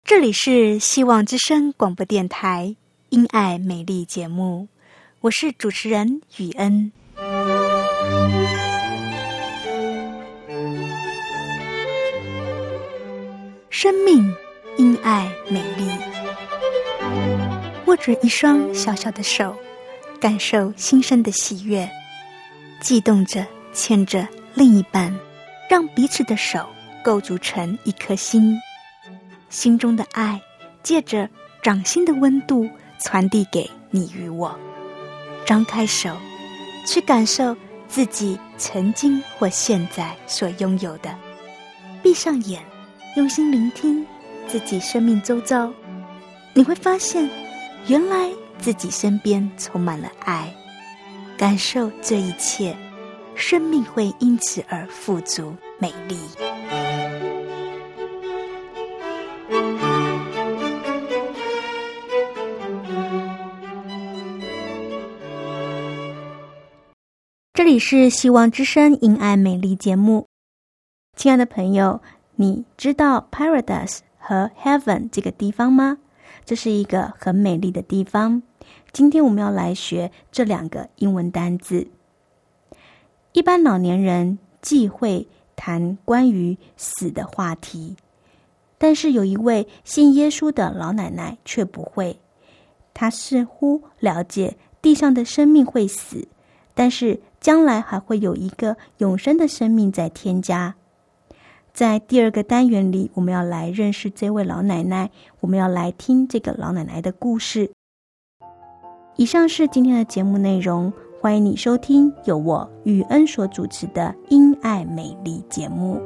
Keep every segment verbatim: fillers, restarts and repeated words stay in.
这里是希望之声广播电台因爱美丽节目，我是主持人雨恩。生命因爱美丽，握着一双小小的手，感受新生的喜悦，悸动着牵着另一半，让彼此的手构筑成一颗心，心中的爱借着掌心的温度传递给你与我。张开手，去感受自己曾经或现在所拥有的，闭上眼，用心聆听自己生命周遭，你会发现原来自己身边充满了爱。感受这一切，生命会因此而富足美丽。这里是希望之声因爱美丽节目。亲爱的朋友，你知道 Paradise 和 Heaven 这个地方吗？这是一个很美丽的地方。今天我们要来学这两个英文单字。一般老年人忌讳谈关于死的话题，但是有一位信耶稣的老奶奶却不会。她似乎了解地上的生命会死，但是将来还会有一个永生的生命在天家。在第二个单元里，我们要来认识这位老奶奶，我们要来听这个老奶奶的故事。以上是今天的节目内容，欢迎你收听由我雨恩所主持的因爱美丽节目。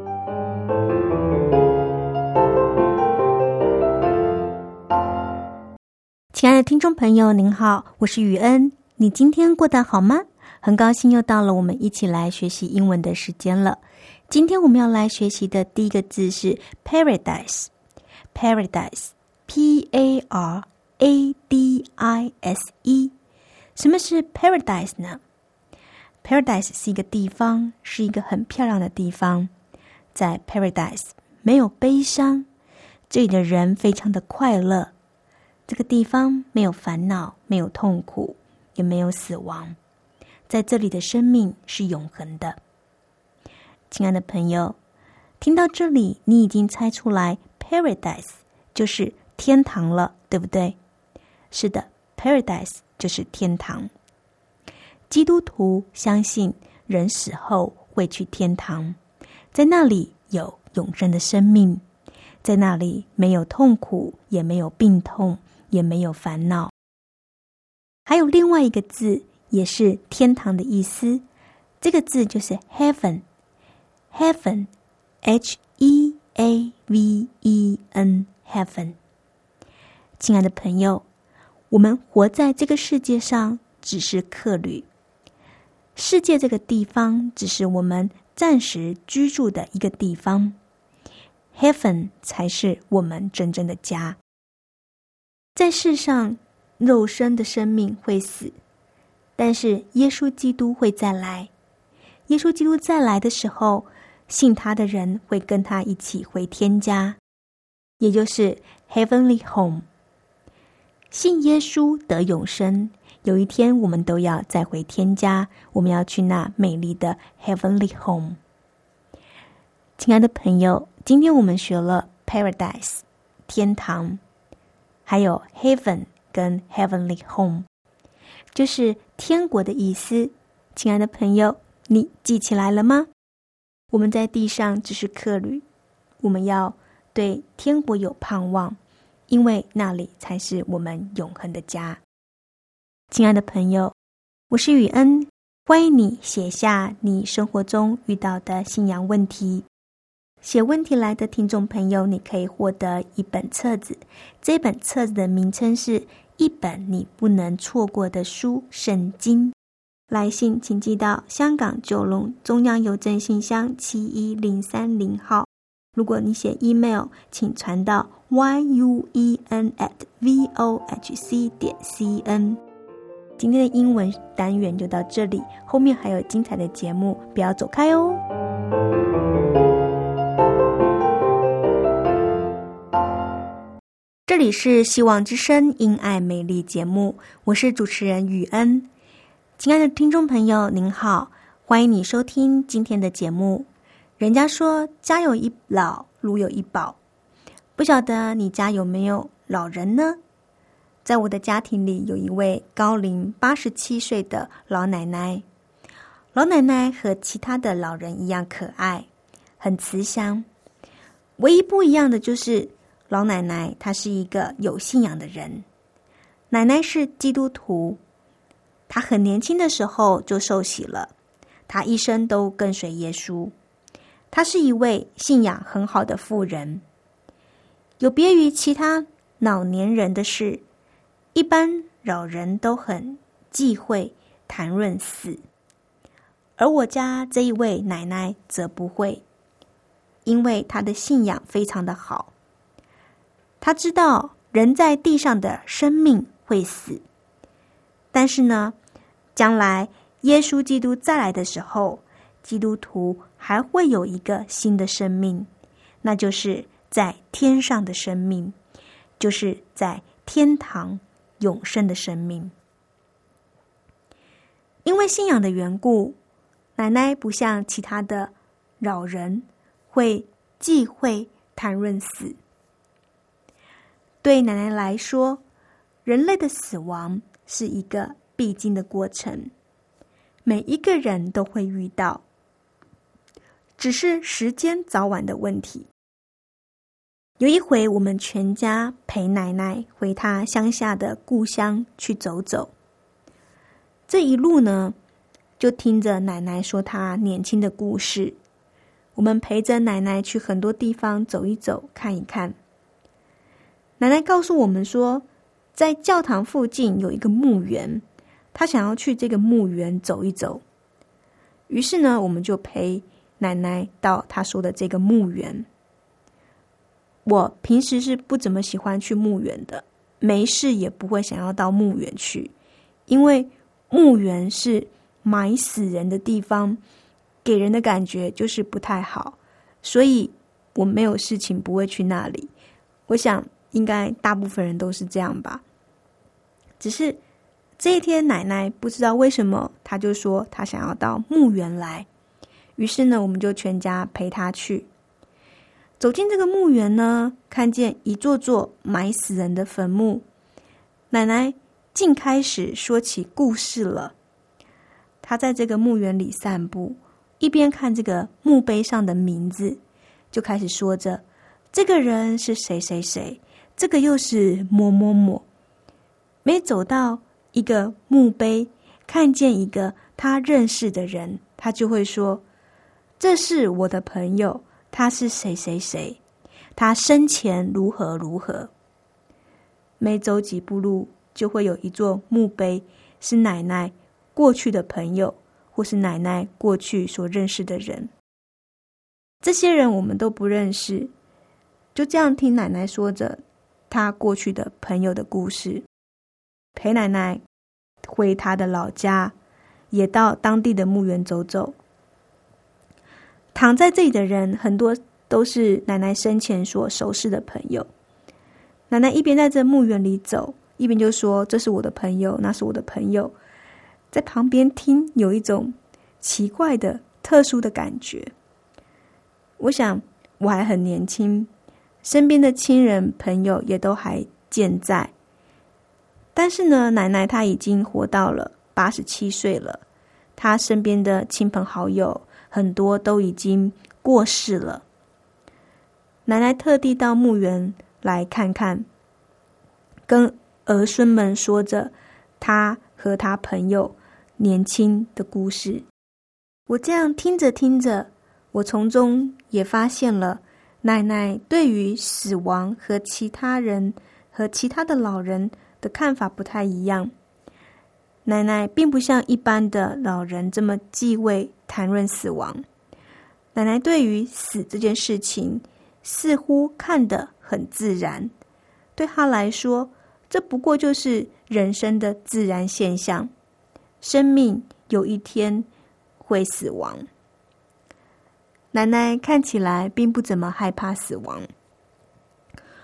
亲爱的听众朋友您好，我是雨恩，你今天过得好吗？很高兴又到了我们一起来学习英文的时间了。今天我们要来学习的第一个字是 Paradise。 Paradise P A R A D I S E。 什么是 Paradise 呢？ Paradise 是一个地方，是一个很漂亮的地方。在 Paradise 没有悲伤，这里的人非常的快乐。这个地方没有烦恼，没有痛苦，也没有死亡。在这里的生命是永恒的。亲爱的朋友，听到这里，你已经猜出来 Paradise 就是天堂了，对不对？是的， Paradise 就是天堂。基督徒相信人死后会去天堂，在那里有永生的生命，在那里没有痛苦，也没有病痛，也没有烦恼。还有另外一个字也是天堂的意思，这个字就是 Heaven。 Heaven H E A V E N Heaven。 亲爱的朋友，我们活在这个世界上只是客旅，世界这个地方只是我们暂时居住的一个地方， Heaven 才是我们真正的家。在世上肉身的生命会死，但是耶稣基督会再来。耶稣基督再来的时候，信他的人会跟他一起回天家，也就是 Heavenly Home。 信耶稣得永生，有一天我们都要再回天家，我们要去那美丽的 Heavenly Home。 亲爱的朋友，今天我们学了 Paradise 天堂，还有 Heaven 跟 Heavenly Home， 就是天国的意思。亲爱的朋友，你记起来了吗？我们在地上只是客旅，我们要对天国有盼望，因为那里才是我们永恒的家。亲爱的朋友，我是雨恩，欢迎你写下你生活中遇到的信仰问题。写问题来的听众朋友，你可以获得一本册子，这本册子的名称是一本你不能错过的书圣经。来信请寄到香港九龙中央邮政信箱七一零三零号。如果你写 email， 请传到 yuen at vohc 点 cn。 今天的英文单元就到这里，后面还有精彩的节目，不要走开哦。 里是希望之声因爱美丽节目，我是主持人雨恩。亲爱的听众朋友您好，欢迎你收听今天的节目。人家说家有一老如有一宝，不晓得你家有没有老人呢？在我的家庭里有一位高龄八十七岁的老奶奶。老奶奶和其他的老人一样可爱，很慈祥。唯一不一样的就是老奶奶她是一个有信仰的人。奶奶是基督徒，她很年轻的时候就受洗了，她一生都跟随耶稣。她是一位信仰很好的妇人。有别于其他老年人的是，一般老人都很忌讳谈论死，而我家这一位奶奶则不会，因为她的信仰非常的好。她知道人在地上的生命会死，但是呢，将来耶稣基督再来的时候，基督徒还会有一个新的生命，那就是在天上的生命，就是在天堂永生的生命。因为信仰的缘故，奶奶不像其他的老人会忌讳谈论死。对奶奶来说，人类的死亡是一个必经的过程，每一个人都会遇到，只是时间早晚的问题。有一回，我们全家陪奶奶回她乡下的故乡去走走。这一路呢，就听着奶奶说她年轻的故事。我们陪着奶奶去很多地方走一走，看一看。奶奶告诉我们说，在教堂附近有一个墓园，她想要去这个墓园走一走。于是呢，我们就陪奶奶到她说的这个墓园。我平时是不怎么喜欢去墓园的，没事也不会想要到墓园去，因为墓园是埋死人的地方，给人的感觉就是不太好，所以我没有事情不会去那里。我想应该大部分人都是这样吧。只是这一天奶奶不知道为什么，她就说她想要到墓园来，于是呢，我们就全家陪她去。走进这个墓园呢，看见一座座埋死人的坟墓，奶奶竟开始说起故事了。她在这个墓园里散步，一边看这个墓碑上的名字，就开始说着，这个人是谁谁谁，这个又是某某某。每走到一个墓碑，看见一个他认识的人，他就会说，这是我的朋友，他是谁谁谁，他生前如何如何。每走几步路，就会有一座墓碑是奶奶过去的朋友，或是奶奶过去所认识的人。这些人我们都不认识，就这样听奶奶说着她过去的朋友的故事，陪奶奶回她的老家，也到当地的墓园走走。躺在这里的人很多都是奶奶生前所熟识的朋友。奶奶一边在这墓园里走，一边就说，这是我的朋友，那是我的朋友。在旁边听，有一种奇怪的特殊的感觉。我想我还很年轻，身边的亲人朋友也都还健在，但是呢，奶奶她已经活到了八十七岁了，她身边的亲朋好友很多都已经过世了。奶奶特地到墓园来看看，跟儿孙们说着她和她朋友年轻的故事。我这样听着听着，我从中也发现了奶奶对于死亡和其他人和其他的老人的看法不太一样。奶奶并不像一般的老人这么忌讳谈论死亡，奶奶对于死这件事情似乎看得很自然，对她来说，这不过就是人生的自然现象，生命有一天会死亡。奶奶看起来并不怎么害怕死亡。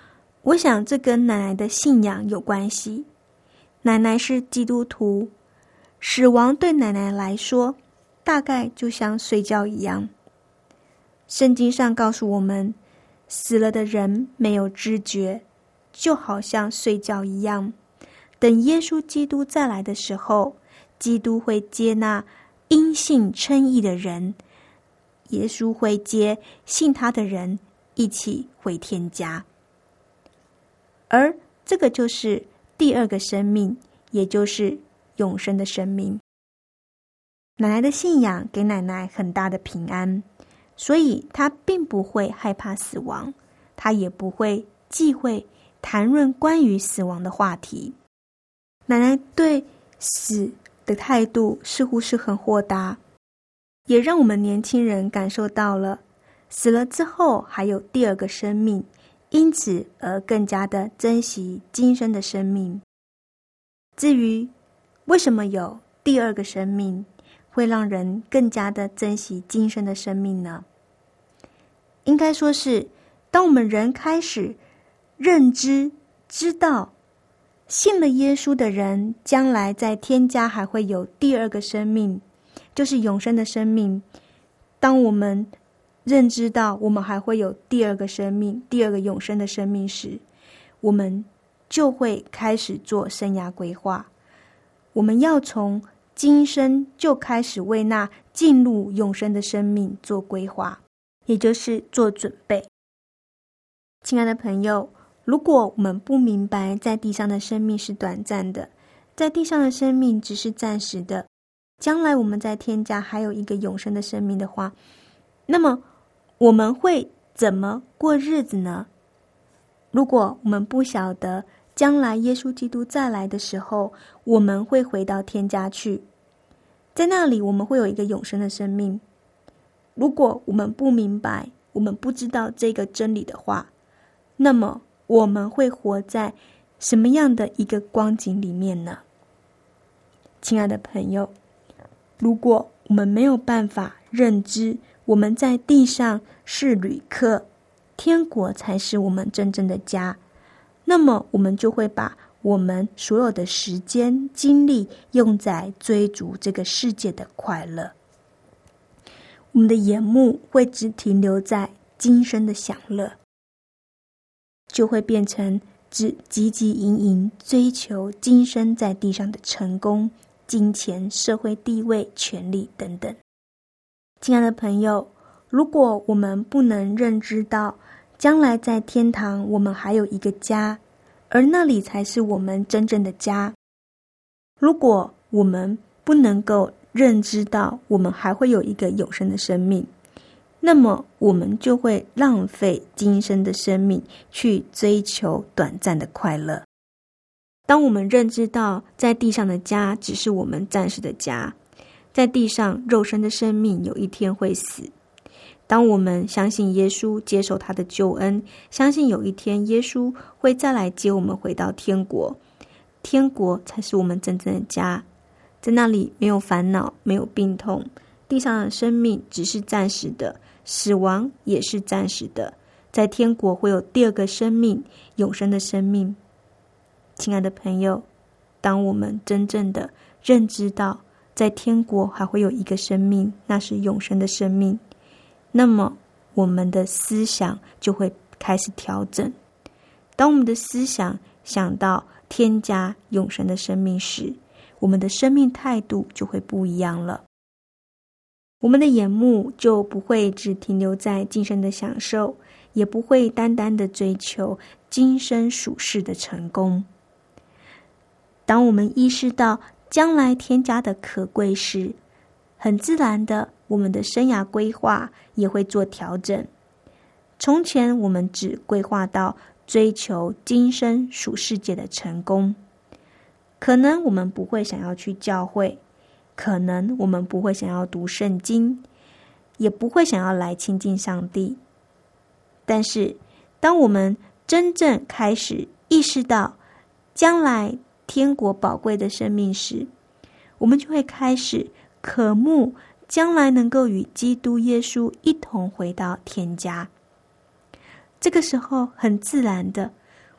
我想这跟奶奶的信仰有关系。奶奶是基督徒，死亡对奶奶来说大概就像睡觉一样。圣经上告诉我们，死了的人没有知觉，就好像睡觉一样。等耶稣基督再来的时候，基督会接纳因信称义的人，耶稣会接信他的人一起回天家。而这个就是第二个生命，也就是永生的生命。奶奶的信仰给奶奶很大的平安，所以她并不会害怕死亡，她也不会忌讳谈论关于死亡的话题。奶奶对死的态度似乎是很豁达，也让我们年轻人感受到了死了之后还有第二个生命，因此而更加的珍惜今生的生命。至于为什么有第二个生命会让人更加的珍惜今生的生命呢？应该说是当我们人开始认知知道信了耶稣的人将来在天家还会有第二个生命，就是永生的生命。当我们认知到我们还会有第二个生命，第二个永生的生命时，我们就会开始做生涯规划。我们要从今生就开始为那进入永生的生命做规划，也就是做准备。亲爱的朋友，如果我们不明白在地上的生命是短暂的，在地上的生命只是暂时的，将来我们在天家还有一个永生的生命的话，那么我们会怎么过日子呢？如果我们不晓得将来耶稣基督再来的时候，我们会回到天家去，在那里我们会有一个永生的生命。如果我们不明白，我们不知道这个真理的话，那么我们会活在什么样的一个光景里面呢？亲爱的朋友，如果我们没有办法认知我们在地上是旅客，天国才是我们真正的家，那么我们就会把我们所有的时间精力用在追逐这个世界的快乐。我们的眼目会只停留在今生的享乐，就会变成只汲汲营营追求今生在地上的成功、金钱、社会地位、权力等等。亲爱的朋友，如果我们不能认知到将来在天堂我们还有一个家，而那里才是我们真正的家，如果我们不能够认知到我们还会有一个永生的生命，那么我们就会浪费今生的生命去追求短暂的快乐。当我们认知到在地上的家只是我们暂时的家，在地上肉身的生命有一天会死，当我们相信耶稣，接受他的救恩，相信有一天耶稣会再来接我们回到天国，天国才是我们真正的家。在那里没有烦恼，没有病痛，地上的生命只是暂时的，死亡也是暂时的，在天国会有第二个生命，永生的生命。亲爱的朋友，当我们真正的认知到在天国还会有一个生命，那是永生的生命，那么我们的思想就会开始调整。当我们的思想想到天家永生的生命时，我们的生命态度就会不一样了。我们的眼目就不会只停留在今生的享受，也不会单单的追求今生属世的成功。当我们意识到将来天家的可贵时，很自然的，我们的生涯规划也会做调整。从前我们只规划到追求今生属世界的成功，可能我们不会想要去教会，可能我们不会想要读圣经，也不会想要来亲近上帝。但是当我们真正开始意识到将来天国宝贵的生命时，我们就会开始渴慕将来能够与基督耶稣一同回到天家。这个时候很自然的，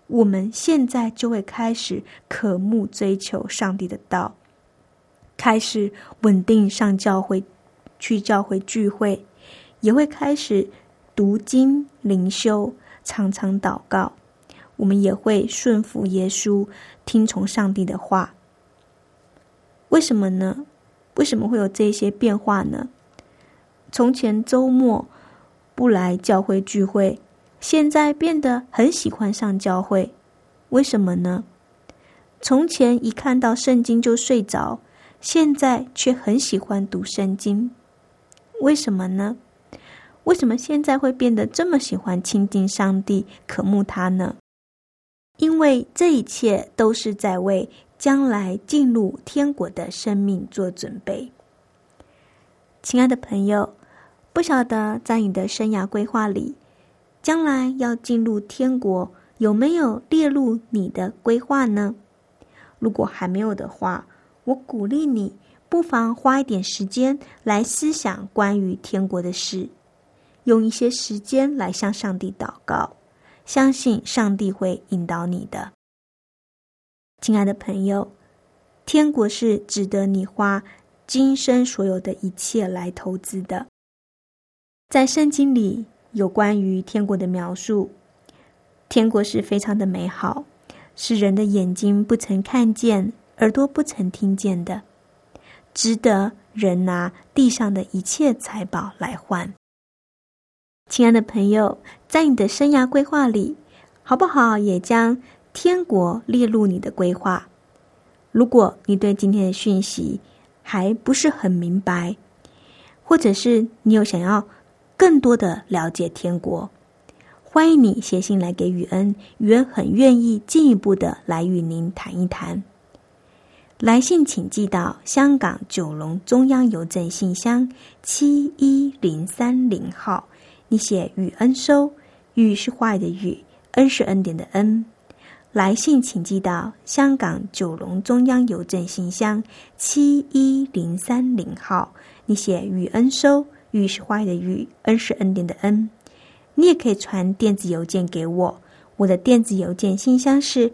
我们现在就会开始渴慕追求上帝的道，开始稳定上教会，去教会聚会，也会开始读经灵修，常常祷告。我们也会顺服耶稣，听从上帝的话。为什么呢？为什么会有这些变化呢？从前周末不来教会聚会，现在变得很喜欢上教会，为什么呢？从前一看到圣经就睡着，现在却很喜欢读圣经，为什么呢？为什么现在会变得这么喜欢亲近上帝，渴慕他呢？因为这一切都是在为将来进入天国的生命做准备。亲爱的朋友，不晓得在你的生涯规划里，将来要进入天国有没有列入你的规划呢？如果还没有的话，我鼓励你不妨花一点时间来思想关于天国的事，用一些时间来向上帝祷告，相信上帝会引导你的。亲爱的朋友，天国是值得你花今生所有的一切来投资的。在圣经里有关于天国的描述，天国是非常的美好，是人的眼睛不曾看见，耳朵不曾听见的，值得人拿地上的一切财宝来换。亲爱的朋友，在你的生涯规划里，好不好也将天国列入你的规划？如果你对今天的讯息还不是很明白，或者是你有想要更多的了解天国，欢迎你写信来给宇恩，宇恩很愿意进一步的来与您谈一谈。来信请寄到香港九龙中央邮政信箱七一零三零号，你写宇恩收，宇是话语的宇，恩是恩典的恩。来信请寄到香港九龙中央邮政信箱七一零三零号，你写宇恩收，宇是话语的宇，恩是恩典的恩。你也可以传电子邮件给我，我的电子邮件信箱是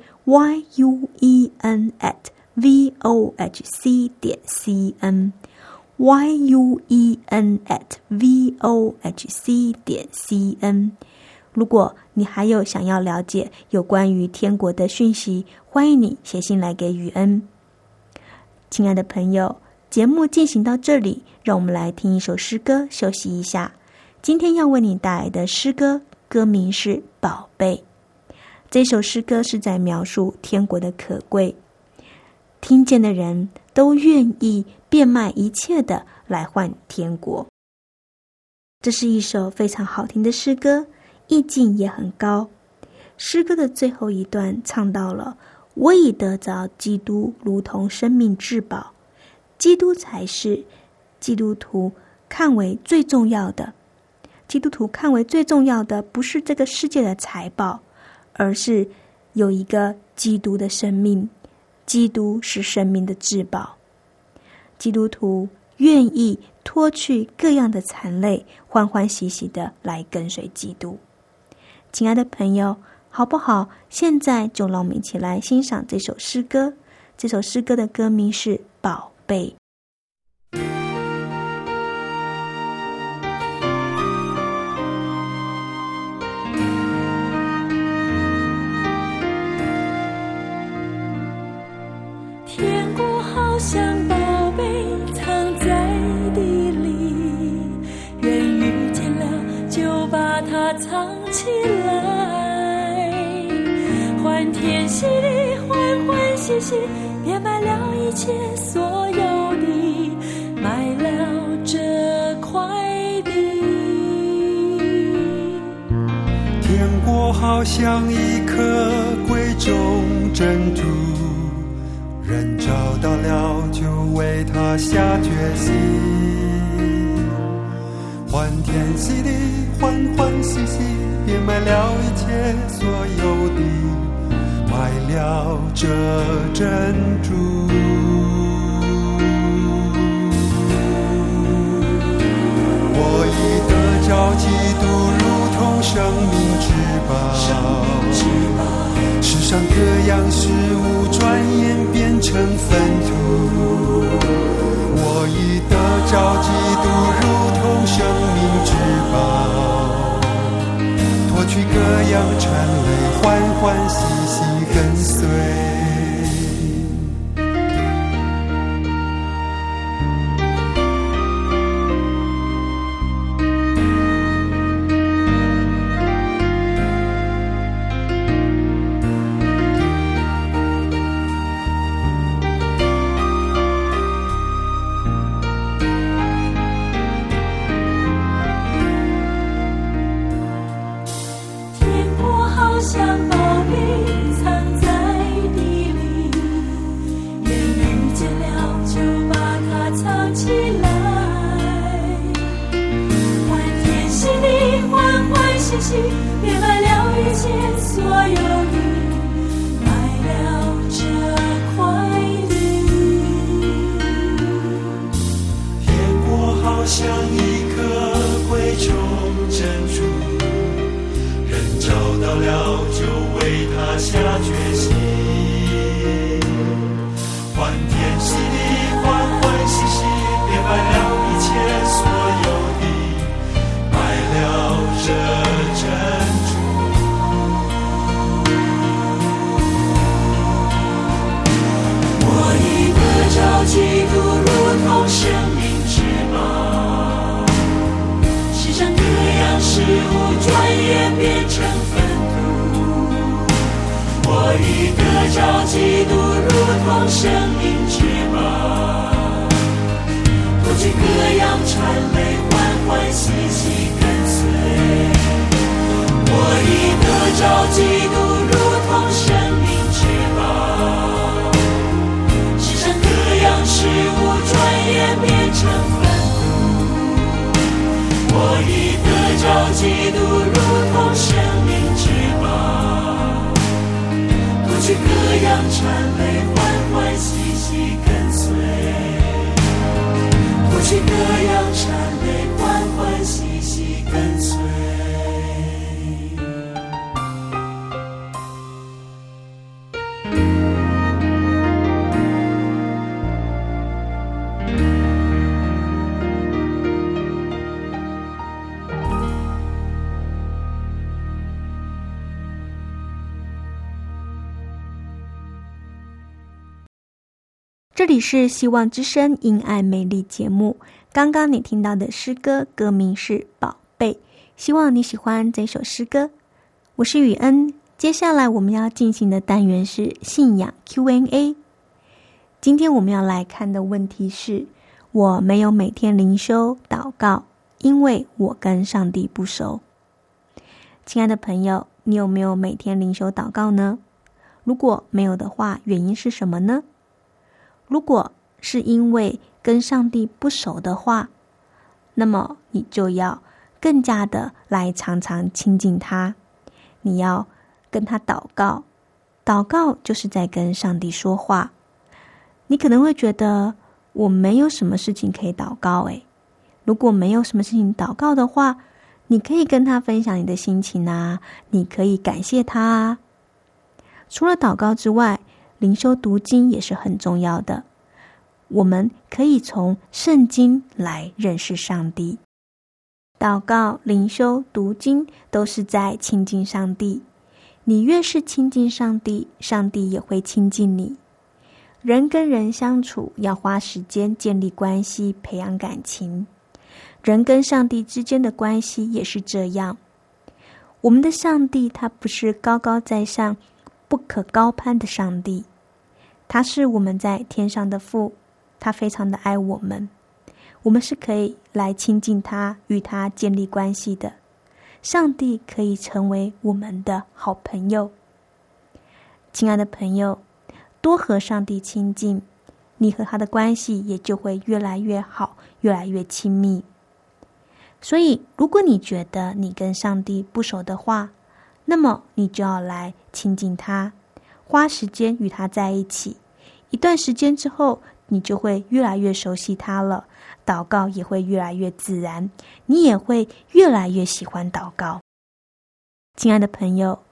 yuen at vohc 点 cn yuen at vohc 点 cn。 如果你还有想要了解有关于天国的讯息，欢迎你写信来给宇恩。亲爱的朋友，节目进行到这里，让我们来听一首诗歌休息一下。今天要为你带来的诗歌歌名是宝贝。这首诗歌是在描述天国的可贵，听见的人都愿意变卖一切的来换天国。这是一首非常好听的诗歌，意境也很高。诗歌的最后一段唱到了，我已得着基督如同生命至宝，基督才是基督徒看为最重要的。基督徒看为最重要的不是这个世界的财宝，而是有一个基督的生命。基督是生命的至宝。基督徒愿意脱去各样的残累，欢欢喜喜的来跟随基督。亲爱的朋友，好不好？现在就让我们一起来欣赏这首诗歌。这首诗歌的歌名是宝贝。 天国好像宝贝藏在地里，人遇见了就把它藏起来，欢天喜地，欢欢喜喜，变卖了一切所有的，买了这块地。 天国好像一颗贵重珍珠，人找到了就为他下决心，欢天喜地，欢欢喜喜，变卖了一切所有的，买了这珍珠。我已得着基督如同生命之宝， 样事物转眼变成粪土。我已得着基督，如同生命之宝，脱去各样缠累，欢欢喜喜跟随。 别买了一切所有的，买了这块地。 天国好像一颗贵重珍珠，人找到了就为它下决心，欢天喜地，欢欢喜喜，别买了一切所有的，买了这珍珠。我已得着基督，如同生命之宝，世上各样事物转眼变成粪土。我已得着基督，如同生命之宝，脱去各样缠累，欢欢喜喜跟随。我已得着基督，如同生命之宝，世上各样事物转眼变成粪土。我已得着基督，如同生命之宝，脱去各样缠累，欢欢喜喜跟随。脱去各样缠累，欢欢喜喜跟随。 这里是希望之声因爱美丽节目，刚刚你听到的诗歌歌名是宝贝，希望你喜欢这首诗歌。我是雨恩，接下来我们要进行的单元是信仰 Q and A。 今天我们要来看的问题是，我没有每天灵修祷告，因为我跟上帝不熟。亲爱的朋友，你有没有每天灵修祷告呢？如果没有的话，原因是什么呢？如果是因为跟上帝不熟的话，那么你就要更加的来常常亲近他，你要跟他祷告，祷告就是在跟上帝说话。你可能会觉得我没有什么事情可以祷告诶，如果没有什么事情祷告的话，你可以跟他分享你的心情啊，你可以感谢他啊。除了祷告之外，灵修读经也是很重要的，我们可以从圣经来认识上帝。祷告、灵修、读经都是在亲近上帝，你越是亲近上帝，上帝也会亲近你。人跟人相处要花时间建立关系，培养感情，人跟上帝之间的关系也是这样。我们的上帝他不是高高在上不可高攀的上帝，他是我们在天上的父，他非常的爱我们，我们是可以来亲近他，与他建立关系的。上帝可以成为我们的好朋友。亲爱的朋友，多和上帝亲近，你和他的关系也就会越来越好，越来越亲密。所以如果你觉得你跟上帝不熟的话，那么你就要来亲近他，花时间与他在一起，一段时间之后，你就会越来越熟悉他了，祷告也会越来越自然，你也会越来越喜欢祷告。亲爱的朋友，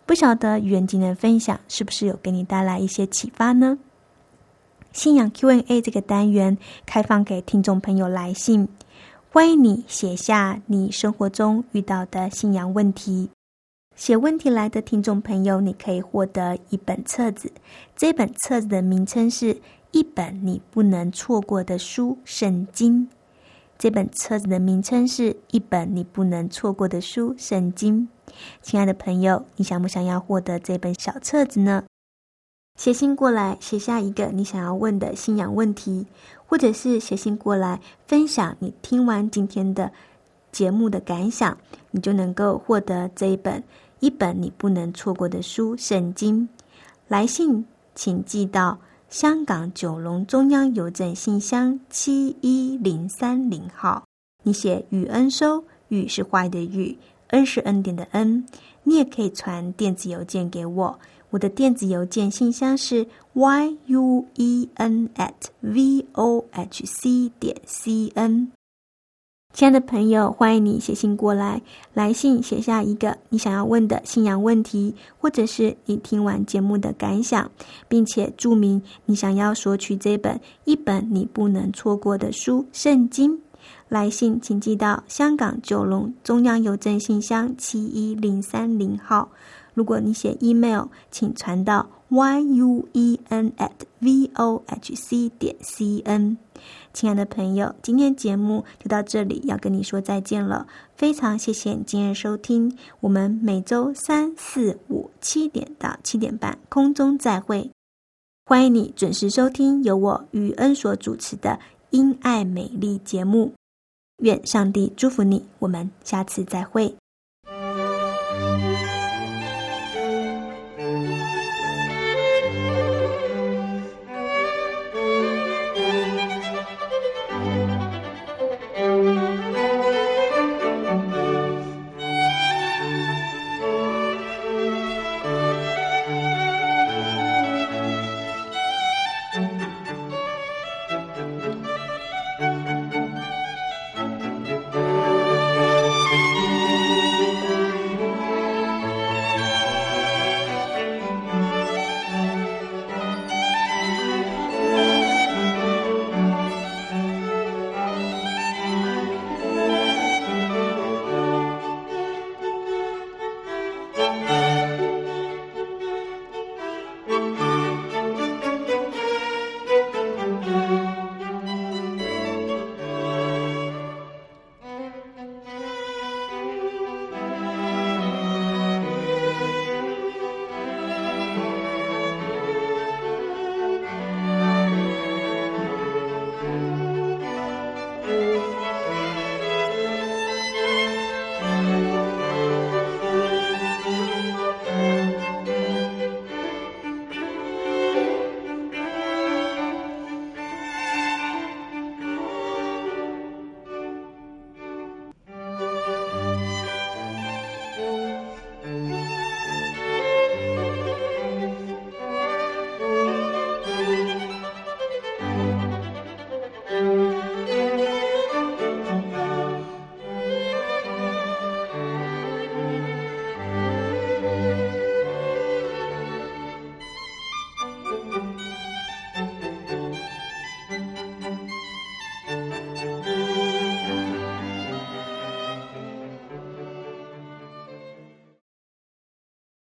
不晓得语言今天的分享是不是有给你带来一些启发呢？信仰 Q and A 这个单元开放给听众朋友来信，欢迎你写下你生活中遇到的信仰问题。写问题来的听众朋友，你可以获得一本册子，这本册子的名称是一本你不能错过的书——圣经。这本册子的名称是一本你不能错过的书——圣经。亲爱的朋友，你想不想要获得这本小册子呢？写信过来，写下一个你想要问的信仰问题，或者是写信过来分享你听完今天的节目的感想，你就能够获得这一本一本你不能错过的书——圣经。来信请寄到香港九龙中央邮政信箱七一零三零号，你写雨恩收，雨是坏的雨，恩是恩典的恩。你也可以传电子邮件给我，我的电子邮件信箱是 y u e n at v o h c 点 c n。 亲爱的朋友，欢迎你写信过来，来信写下一个你想要问的信仰问题，或者是你听完节目的感想，并且注明你想要索取这本一本你不能错过的书——圣经。来信请寄到香港九龙中央邮政信箱七一零三零号。如果你写 email， 请传到 y u e n at v o h c 点 c n。 亲爱的朋友，今天节目就到这里，要跟你说再见了。非常谢谢你今天的收听，我们每周三四五七点到七点半空中再会。欢迎你准时收听由我雨恩所主持的因爱美丽节目。愿上帝祝福你，我们下次再会。